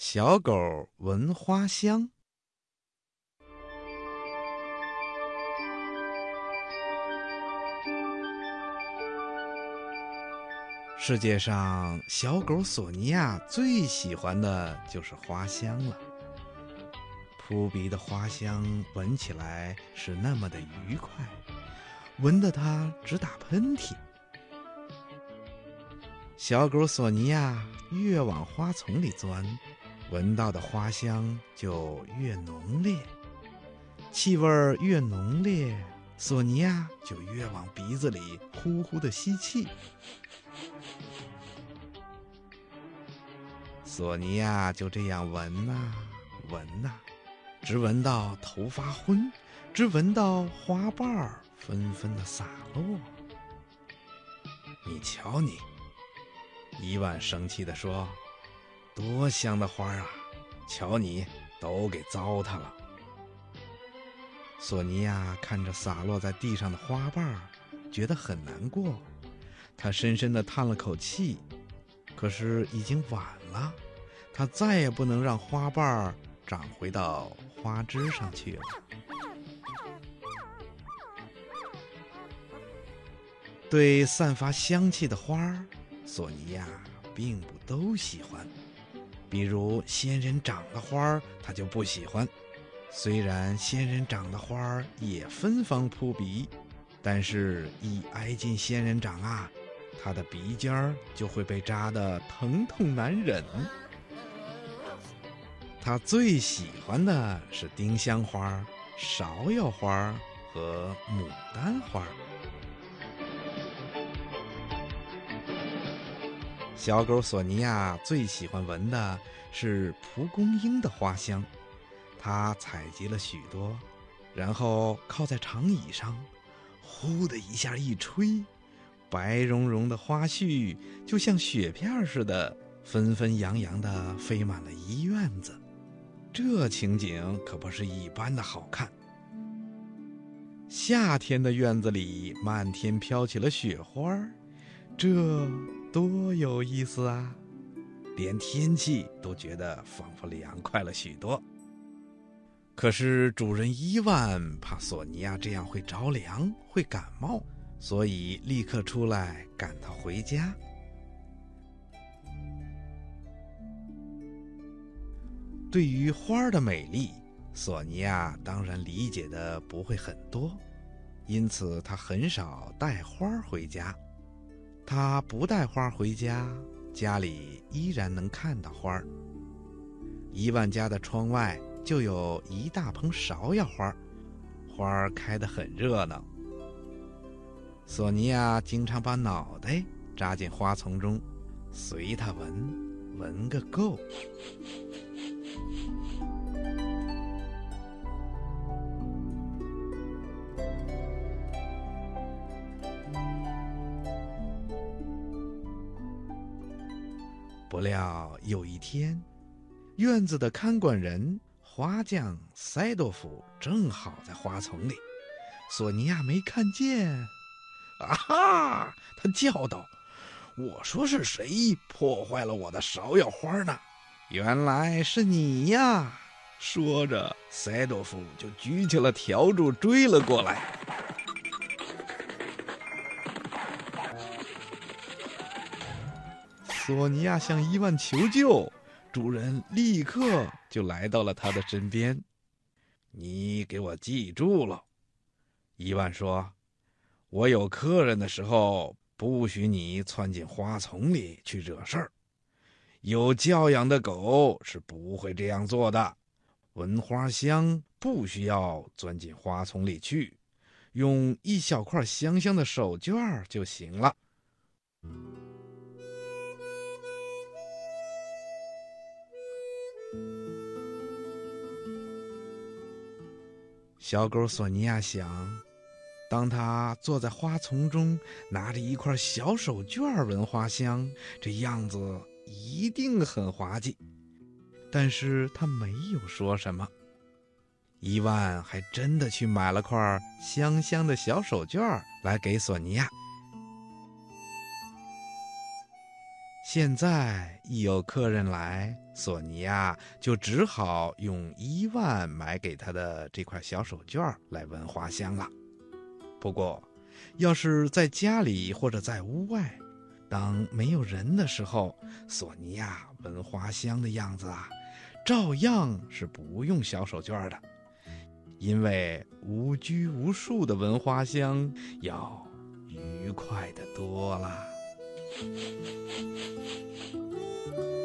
小狗闻花香。世界上，小狗索尼娅最喜欢的就是花香了。扑鼻的花香闻起来是那么的愉快，闻得它直打喷嚏。小狗索尼娅越往花丛里钻，闻到的花香就越浓烈，气味越浓烈，索尼娅就越往鼻子里呼呼地吸气。索尼娅就这样闻呐闻呐，直闻到头发昏，直闻到花瓣纷纷的洒落。你瞧你，伊万生气地说，多香的花啊，瞧你都给糟蹋了。索尼娅看着洒落在地上的花瓣，觉得很难过，她深深地叹了口气，可是已经晚了，她再也不能让花瓣长回到花枝上去了。对散发香气的花，索尼娅并不都喜欢。比如仙人掌的花，她就不喜欢。虽然仙人掌的花也芬芳扑鼻，但是一挨近仙人掌啊，她的鼻尖就会被扎得疼痛难忍。她最喜欢的是丁香花、芍药花和牡丹花。小狗索尼娅最喜欢闻的是蒲公英的花香，它采集了许多，然后靠在长椅上，呼的一下一吹，白茸茸的花絮就像雪片似的纷纷扬扬地飞满了一院子。这情景可不是一般的好看。夏天的院子里漫天飘起了雪花，这多有意思啊！连天气都觉得仿佛凉快了许多。可是主人伊万怕索尼娅这样会着凉，会感冒，所以立刻出来赶她回家。对于花的美丽，索尼娅当然理解的不会很多，因此她很少带花回家。她不带花回家，家里依然能看到花。伊万家的窗外就有一大盆芍药花，花开得很热闹。索尼娅经常把脑袋扎进花丛中，随它闻，闻个够。不料有一天，院子的看管人花匠塞多夫正好在花丛里，索尼娅没看见。啊哈！他叫道：“我说是谁破坏了我的芍药花呢？原来是你呀！”说着，塞多夫就举起了笤帚追了过来。索尼娅向伊万求救，主人立刻就来到了他的身边。你给我记住了，伊万说，我有客人的时候，不许你窜进花丛里去惹事儿。有教养的狗是不会这样做的。闻花香不需要钻进花丛里去，用一小块香香的手绢就行了。小狗索尼娅想，当他坐在花丛中，拿着一块小手绢闻花香，这样子一定很滑稽。但是他没有说什么。伊万还真的去买了块香香的小手绢来给索尼娅。 现在一有客人来，索尼娅就只好用1万买给他的这块小手绢来闻花香了。不过，要是在家里或者在屋外，当没有人的时候，索尼娅闻花香的样子照样是不用小手绢的，因为无拘无束的闻花香要愉快得多了。